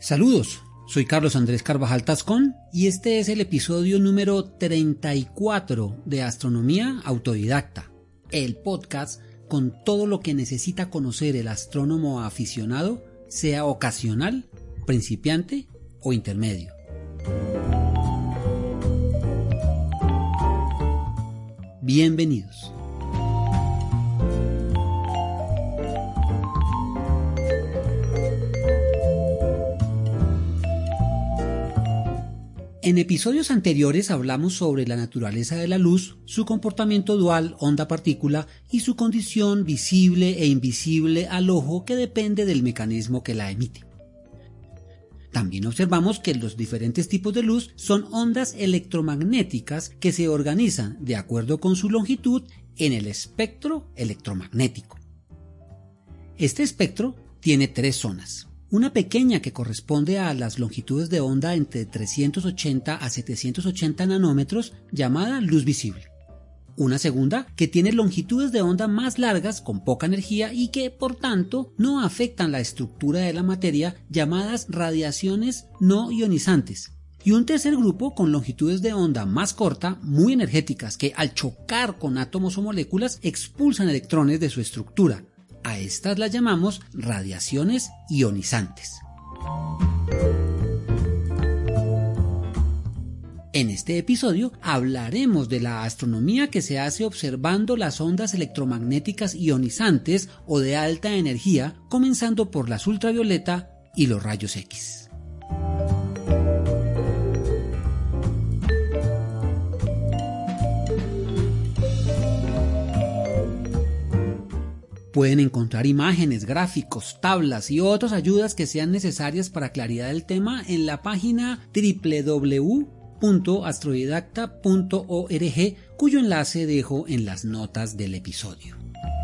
Saludos, soy Carlos Andrés Carvajal Tascón y este es el episodio número 34 de Astronomía Autodidacta, el podcast con todo lo que necesita conocer el astrónomo aficionado, sea ocasional, principiante o intermedio. Bienvenidos. En episodios anteriores hablamos sobre la naturaleza de la luz, su comportamiento dual onda-partícula y su condición visible e invisible al ojo que depende del mecanismo que la emite. También observamos que los diferentes tipos de luz son ondas electromagnéticas que se organizan de acuerdo con su longitud en el espectro electromagnético. Este espectro tiene tres zonas. Una pequeña que corresponde a las longitudes de onda entre 380 a 780 nanómetros llamada luz visible. Una segunda que tiene longitudes de onda más largas con poca energía y que por tanto no afectan la estructura de la materia llamadas radiaciones no ionizantes. Y un tercer grupo con longitudes de onda más corta, muy energéticas, que al chocar con átomos o moléculas expulsan electrones de su estructura. A estas las llamamos radiaciones ionizantes. En este episodio hablaremos de la astronomía que se hace observando las ondas electromagnéticas ionizantes o de alta energía, comenzando por las ultravioleta y los rayos X. Pueden encontrar imágenes, gráficos, tablas y otras ayudas que sean necesarias para claridad del tema en la página www.astrodidacta.org, cuyo enlace dejo en las notas del episodio.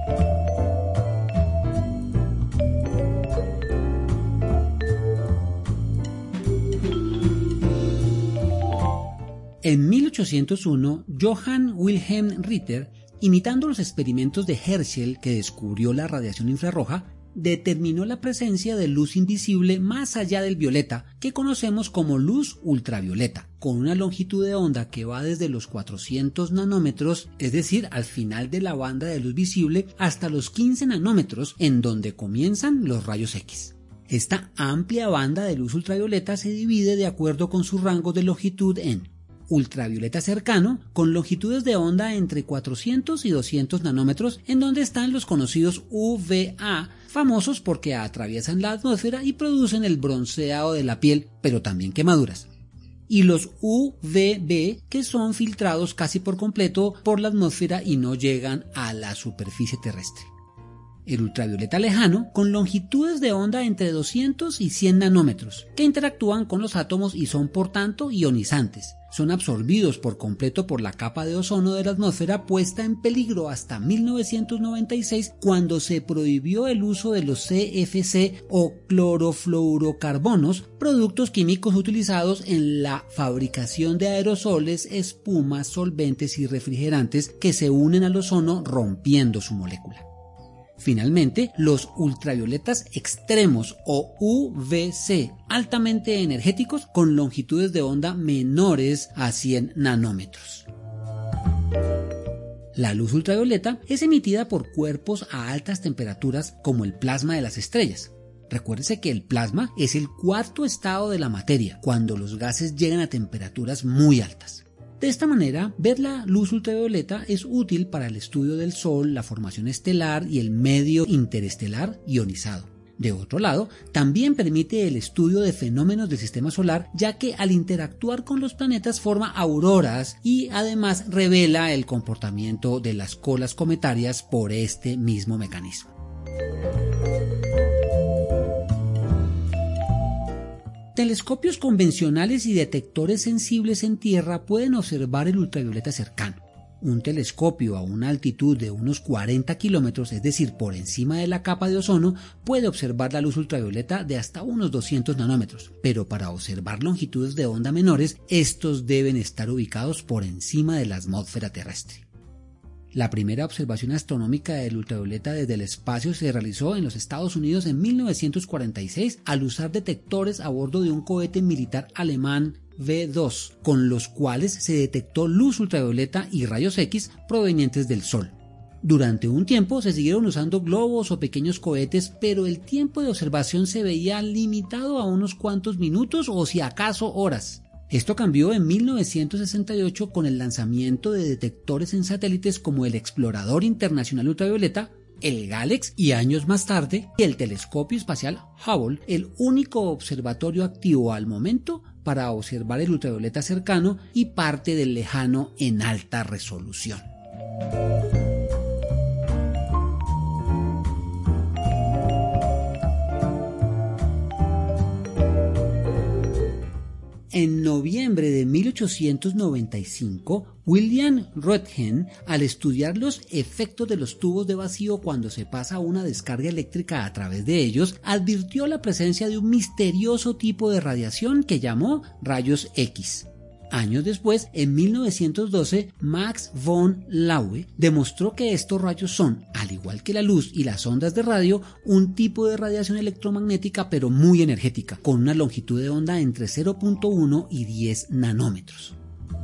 En 1801, Johann Wilhelm Ritter, imitando los experimentos de Herschel, que descubrió la radiación infrarroja, determinó la presencia de luz invisible más allá del violeta, que conocemos como luz ultravioleta, con una longitud de onda que va desde los 400 nanómetros, es decir, al final de la banda de luz visible, hasta los 15 nanómetros, en donde comienzan los rayos X. Esta amplia banda de luz ultravioleta se divide de acuerdo con su rango de longitud en ultravioleta cercano, con longitudes de onda entre 400 y 200 nanómetros, en donde están los conocidos UVA, famosos porque atraviesan la atmósfera y producen el bronceado de la piel, pero también quemaduras. Y los UVB, que son filtrados casi por completo por la atmósfera y no llegan a la superficie terrestre. El ultravioleta lejano, con longitudes de onda entre 200 y 100 nanómetros, que interactúan con los átomos y son por tanto ionizantes. Son absorbidos por completo por la capa de ozono de la atmósfera, puesta en peligro hasta 1996, cuando se prohibió el uso de los CFC o clorofluorocarbonos, productos químicos utilizados en la fabricación de aerosoles, espumas, solventes y refrigerantes que se unen al ozono rompiendo su molécula. Finalmente, los ultravioletas extremos o UVC, altamente energéticos con longitudes de onda menores a 100 nanómetros. La luz ultravioleta es emitida por cuerpos a altas temperaturas como el plasma de las estrellas. Recuérdese que el plasma es el cuarto estado de la materia, cuando los gases llegan a temperaturas muy altas. De esta manera, ver la luz ultravioleta es útil para el estudio del Sol, la formación estelar y el medio interestelar ionizado. De otro lado, también permite el estudio de fenómenos del sistema solar, ya que al interactuar con los planetas forma auroras y además revela el comportamiento de las colas cometarias por este mismo mecanismo. Telescopios convencionales y detectores sensibles en tierra pueden observar el ultravioleta cercano. Un telescopio a una altitud de unos 40 kilómetros, es decir, por encima de la capa de ozono, puede observar la luz ultravioleta de hasta unos 200 nanómetros, pero para observar longitudes de onda menores, estos deben estar ubicados por encima de la atmósfera terrestre. La primera observación astronómica del ultravioleta desde el espacio se realizó en los Estados Unidos en 1946 al usar detectores a bordo de un cohete militar alemán V2, con los cuales se detectó luz ultravioleta y rayos X provenientes del Sol. Durante un tiempo se siguieron usando globos o pequeños cohetes, pero el tiempo de observación se veía limitado a unos cuantos minutos o si acaso horas. Esto cambió en 1968 con el lanzamiento de detectores en satélites como el Explorador Internacional Ultravioleta, el GALEX y años más tarde el Telescopio Espacial Hubble, el único observatorio activo al momento para observar el ultravioleta cercano y parte del lejano en alta resolución. En noviembre de 1895, William Röntgen, al estudiar los efectos de los tubos de vacío cuando se pasa una descarga eléctrica a través de ellos, advirtió la presencia de un misterioso tipo de radiación que llamó rayos X. Años después, en 1912, Max von Laue demostró que estos rayos son, al igual que la luz y las ondas de radio, un tipo de radiación electromagnética pero muy energética, con una longitud de onda entre 0.1 y 10 nanómetros.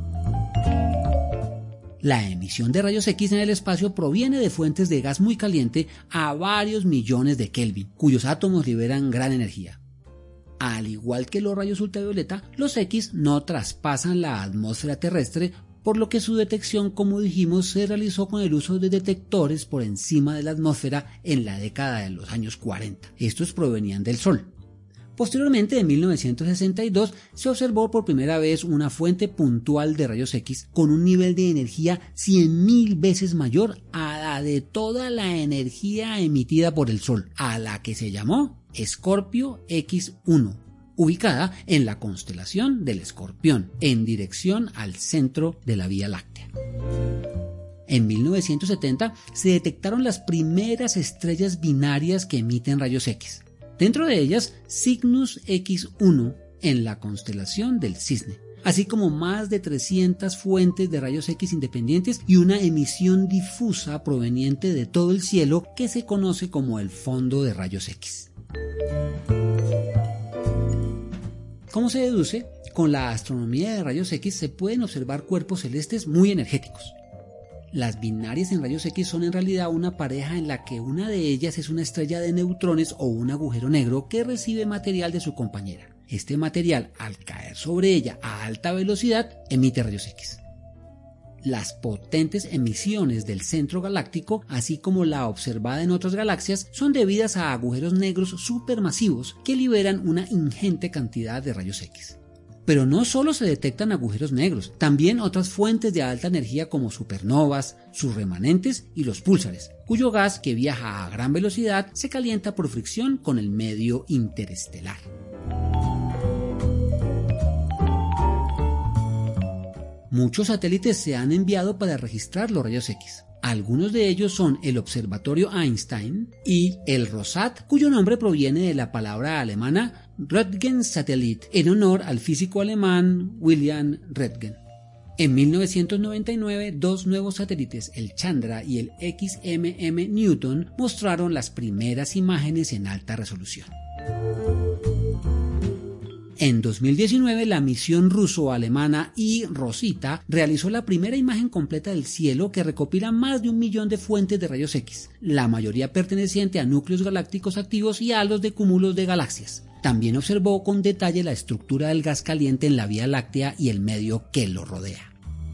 La emisión de rayos X en el espacio proviene de fuentes de gas muy caliente a varios millones de Kelvin, cuyos átomos liberan gran energía. Al igual que los rayos ultravioleta, los X no traspasan la atmósfera terrestre, por lo que su detección, como dijimos, se realizó con el uso de detectores por encima de la atmósfera en la década de los años 40. Estos provenían del Sol. Posteriormente, en 1962, se observó por primera vez una fuente puntual de rayos X con un nivel de energía 100.000 veces mayor a la de toda la energía emitida por el Sol, a la que se llamó Scorpio X1, ubicada en la constelación del Escorpión, en dirección al centro de la Vía Láctea. En 1970 se detectaron las primeras estrellas binarias que emiten rayos X. Dentro de ellas, Cygnus X1 en la constelación del Cisne, así como más de 300 fuentes de rayos X independientes y una emisión difusa proveniente de todo el cielo que se conoce como el fondo de rayos X. Como se deduce, con la astronomía de rayos X se pueden observar cuerpos celestes muy energéticos. Las binarias en rayos X son en realidad una pareja en la que una de ellas es una estrella de neutrones o un agujero negro que recibe material de su compañera. Este material, al caer sobre ella a alta velocidad, emite rayos X. Las potentes emisiones del centro galáctico, así como la observada en otras galaxias, son debidas a agujeros negros supermasivos que liberan una ingente cantidad de rayos X. Pero no solo se detectan agujeros negros, también otras fuentes de alta energía como supernovas, sus remanentes y los púlsares, cuyo gas, que viaja a gran velocidad, se calienta por fricción con el medio interestelar. Muchos satélites se han enviado para registrar los rayos X. Algunos de ellos son el Observatorio Einstein y el Rosat, cuyo nombre proviene de la palabra alemana Röntgen-Satellit, en honor al físico alemán William Röntgen. En 1999, dos nuevos satélites, el Chandra y el XMM Newton, mostraron las primeras imágenes en alta resolución. En 2019, la misión ruso-alemana I-Rosita realizó la primera imagen completa del cielo que recopila más de 1 millón de fuentes de rayos X, la mayoría perteneciente a núcleos galácticos activos y halos de cúmulos de galaxias. También observó con detalle la estructura del gas caliente en la Vía Láctea y el medio que lo rodea.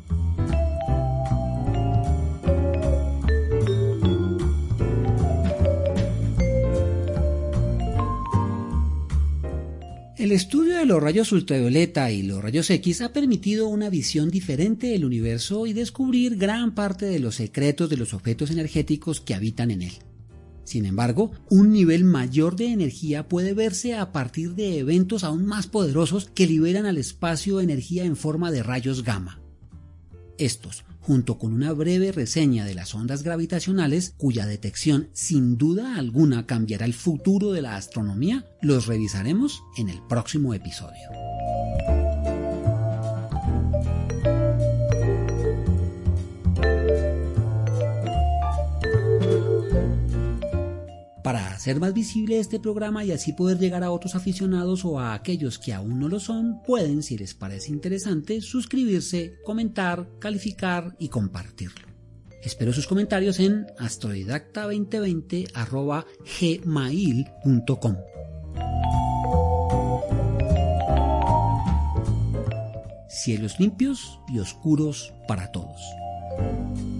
El estudio de los rayos ultravioleta y los rayos X ha permitido una visión diferente del universo y descubrir gran parte de los secretos de los objetos energéticos que habitan en él. Sin embargo, un nivel mayor de energía puede verse a partir de eventos aún más poderosos que liberan al espacio energía en forma de rayos gamma. Estos, junto con una breve reseña de las ondas gravitacionales, cuya detección sin duda alguna cambiará el futuro de la astronomía, los revisaremos en el próximo episodio. Para hacer más visible este programa y así poder llegar a otros aficionados o a aquellos que aún no lo son, pueden, si les parece interesante, suscribirse, comentar, calificar y compartirlo. Espero sus comentarios en astrodidacta2020@gmail.com. Cielos limpios y oscuros para todos.